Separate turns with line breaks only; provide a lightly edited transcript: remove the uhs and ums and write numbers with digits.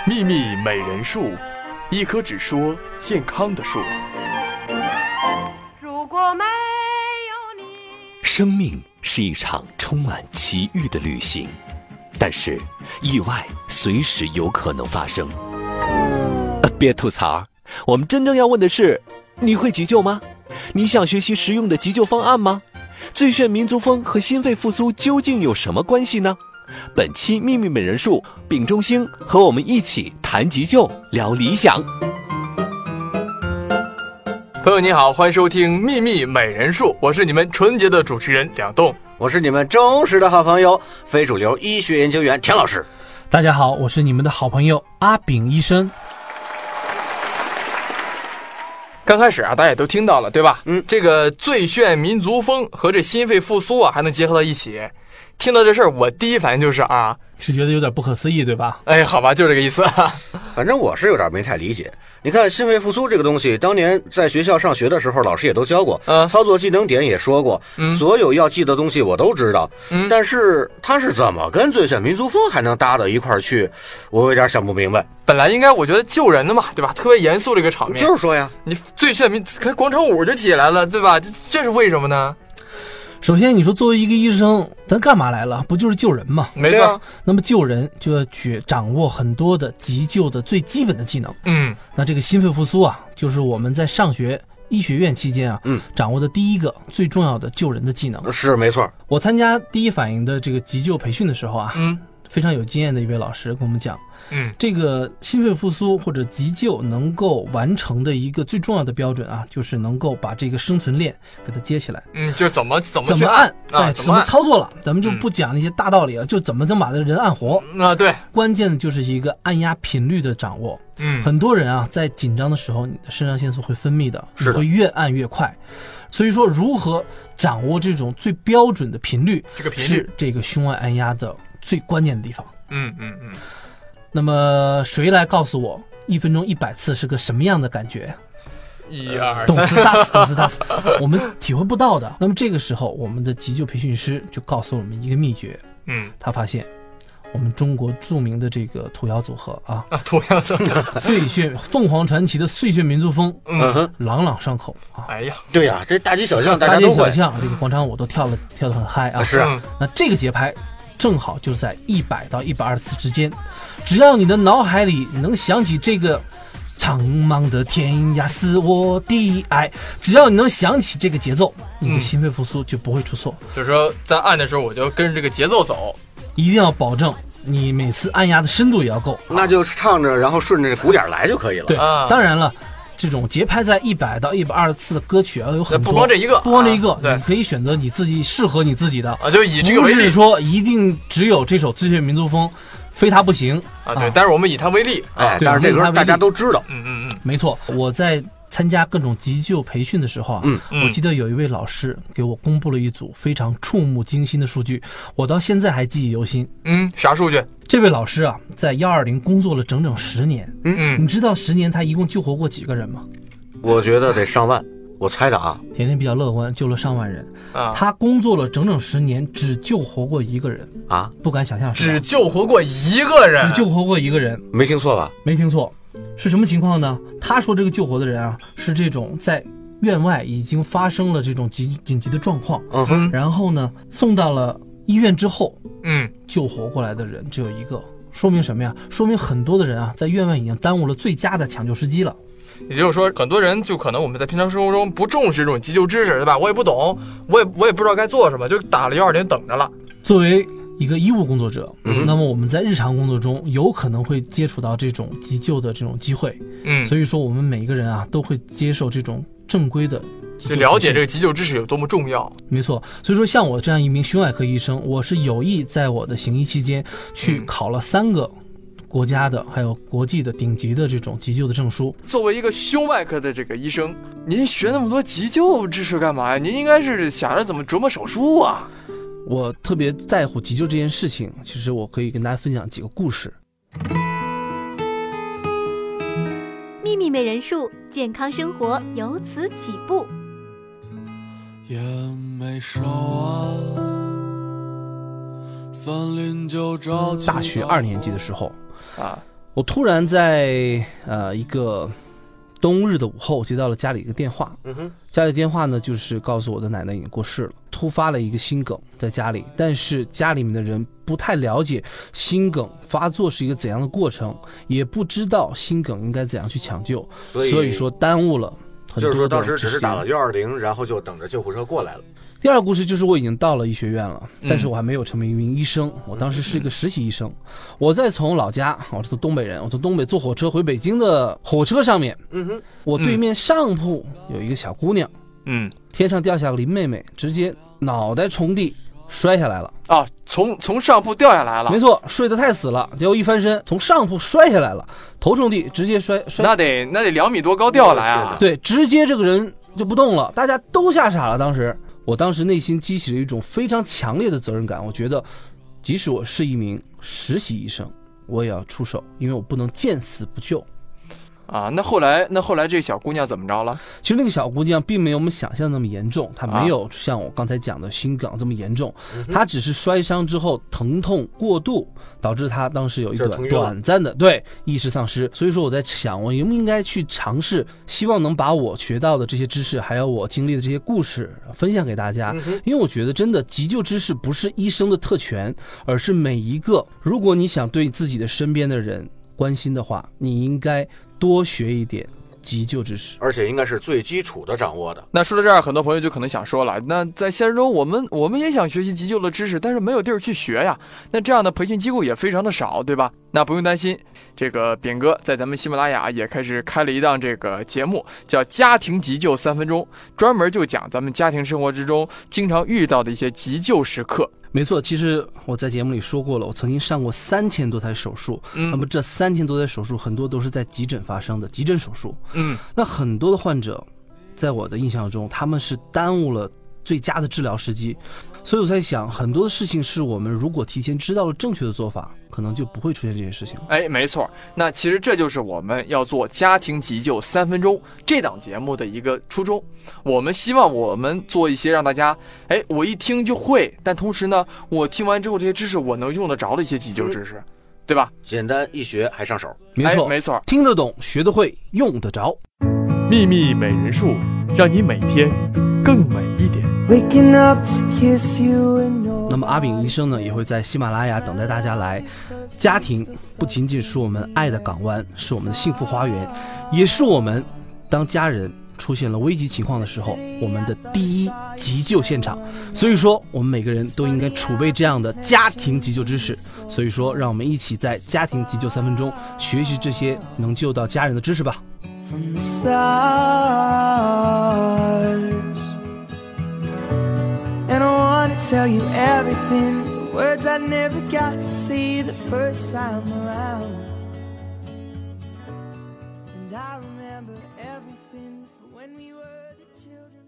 秘密美人树，一棵只说健康的树。
如果没有你，
生命是一场充满奇遇的旅行，但是意外随时有可能发生。别吐槽，我们真正要问的是，你会急救吗？你想学习实用的急救方案吗？最炫民族风和心肺复苏究竟有什么关系呢？本期秘密美人树，秉中兴和我们一起谈急救，聊理想。
朋友你好，欢迎收听秘密美人树，我是你们纯洁的主持人梁栋，
我是你们忠实的好朋友非主流医学研究员田老师。
大家好，我是你们的好朋友阿炳医生。
刚开始啊，大家也都听到了，对吧？这个最炫民族风和这心肺复苏啊，还能结合到一起。听到这事儿，我第一反应就是
是觉得有点不可思议，对吧？
哎，好吧，就这个意思。
反正我是有点没太理解。你看心肺复苏这个东西，当年在学校上学的时候，老师也都教过，操作技能点也说过，所有要记的东西我都知道。但是它是怎么跟最炫民族风还能搭到一块儿去？我有点想不明白。
本来应该我觉得救人的嘛，对吧？特别严肃这个场面。就是
说呀，
你最炫民看广场舞就起来了，对吧？这是为什么呢？
首先，你说作为一个医生，咱干嘛来了？不就是救人吗？
没错。
那么救人就要掌握很多的急救的最基本的技能。那这个心肺复苏啊，就是我们在上学医学院期间掌握的第一个最重要的救人的技能。
是没错。
我参加第一反应的这个急救培训的时候非常有经验的一位老师跟我们讲，这个心肺复苏或者急救能够完成的一个最重要的标准就是能够把这个生存链给它接起来。
就是怎么
去按怎么操作了，咱们就不讲那些大道理了，就怎么把这人按活。
对，
关键的就是一个按压频率的掌握。很多人在紧张的时候，你的肾上腺素会分泌的，你会越按越快。所以说，如何掌握这种最标准的频率，是这个胸外按压的最关键的地方。那么谁来告诉我1分钟100次是个什么样的感觉
？1、2、3，
懂斯大斯，我们体会不到的。那么这个时候，我们的急救培训师就告诉我们一个秘诀。他发现我们中国著名的这个土窑组合
土窑组合
最炫凤凰传奇的最炫民族风，朗朗上口
哎呀，
对呀，这大街小巷大家都会，
大街小巷这个广场舞都跳得很嗨
是
那这个节拍正好就在100到120次之间，只要你的脑海里能想起这个苍茫的天涯是我的爱，只要你能想起这个节奏，你的心肺复苏就不会出错。
就是说在按的时候我就跟着这个节奏走，
一定要保证你每次按压的深度也要够，
那就唱着然后顺着鼓点来就可以了。
对，当然了，这种节拍在100到120次的歌曲有很多，
不光这一个，
你可以选择你自己适合你自己的
就以这个为例，
不是说一定只有这首最炫民族风非它不行
对，但是我们以它为例
但是这歌大家都知道。
没错。我在参加各种急救培训的时候我记得有一位老师给我公布了一组非常触目惊心的数据，我到现在还记忆犹新。
啥数据？
这位老师在120工作了整整10年。你知道10年他一共救活过几个人吗？
我觉得得上万，我猜的
甜甜比较乐观，救了上万人他工作了整整10年，只救活过一个人不敢想象，
只救活过一个人，
没听错吧？
没听错。是什么情况呢？他说这个救活的人是这种在院外已经发生了这种紧急的状况，然后呢送到了医院之后，救活过来的人只有一个，说明什么呀？说明很多的人在院外已经耽误了最佳的抢救时机了。
也就是说，很多人就可能我们在平常生活中不重视这种急救知识，对吧？我也不懂，我也不知道该做什么，就打了120等着了。作为一个医务工作者，那么我们在日常工作中有可能会接触到这种急救的这种机会，所以说我们每一个人都会接受这种正规的急救，就了解这个急救知识有多么重要。没错，所以说像我这样一名胸外科医生，我是有意在我的行医期间去考了3个国家的还有国际的顶级的这种急救的证书。作为一个胸外科的这个医生，您学那么多急救知识干嘛呀？您应该是想着怎么琢磨手术啊。我特别在乎急救这件事情，其实我可以跟大家分享几个故事。
秘密美人树，健康生活由此起步。
也没说完，森林就着
大学2年级的时候我突然在一个冬日的午后接到了家里一个电话，家里电话呢就是告诉我的奶奶已经过世了，突发了一个心梗在家里，但是家里面的人不太了解心梗发作是一个怎样的过程，也不知道心梗应该怎样去抢救，所以说耽误了很多。
就是说当时只是打了120，然后就等着救护车过来了。
第二个故事就是我已经到了医学院了，但是我还没有成为一名医生，我当时是一个实习医生。我在从老家，我是东北人，我从东北坐火车回北京的火车上面，我对面上铺有一个小姑娘，天上掉下个林妹妹，直接脑袋冲地摔下来了
啊！从上铺掉下来了，
没错，睡得太死了，结果一翻身从上铺摔下来了，头冲地，直接摔，
那得2米多高掉下来啊！
对，直接这个人就不动了，大家都吓傻了。我当时内心激起了一种非常强烈的责任感，我觉得即使我是一名实习医生，我也要出手，因为我不能见死不救。
啊，那后来这个小姑娘怎么着了？
其实那个小姑娘并没有我们想象那么严重，她没有像我刚才讲的心梗这么严重，她只是摔伤之后疼痛过度，导致她当时有一段短暂的意识丧失。所以说我在想，我应不应该去尝试，希望能把我学到的这些知识，还有我经历的这些故事分享给大家。因为我觉得真的急救知识不是医生的特权，而是每一个，如果你想对自己的身边的人关心的话，你应该多学一点急救知识，
而且应该是最基础的掌握的。
那说到这儿，很多朋友就可能想说了，那在现实中我们也想学习急救的知识，但是没有地儿去学呀。那这样的培训机构也非常的少，对吧？那不用担心，这个扁哥在咱们喜马拉雅也开始开了一档这个节目，叫家庭急救3分钟，专门就讲咱们家庭生活之中经常遇到的一些急救时刻。
没错，其实我在节目里说过了，我曾经上过3000多台手术，那么这3000多台手术很多都是在急诊发生的急诊手术，那很多的患者在我的印象中，他们是耽误了最佳的治疗时机，所以我在想，很多的事情是我们如果提前知道了正确的做法，可能就不会出现这些事情。
没错，那其实这就是我们要做家庭急救3分钟这档节目的一个初衷。我们希望我们做一些让大家我一听就会，但同时呢，我听完之后这些知识我能用得着的一些急救知识，对吧？
简单易学还上手。
没错，听得懂，学得会，用得着。
秘密美人术，让你每天更美一点。
那么阿炳医生呢，也会在喜马拉雅等待大家来。家庭不仅仅是我们爱的港湾，是我们的幸福花园，也是我们当家人出现了危急情况的时候，我们的第一急救现场。所以说我们每个人都应该储备这样的家庭急救知识，所以说让我们一起在家庭急救3分钟学习这些能救到家人的知识吧。From the stars, and I want to tell you everything, the words I never got to see the first time around. And I remember everything from when we were the children.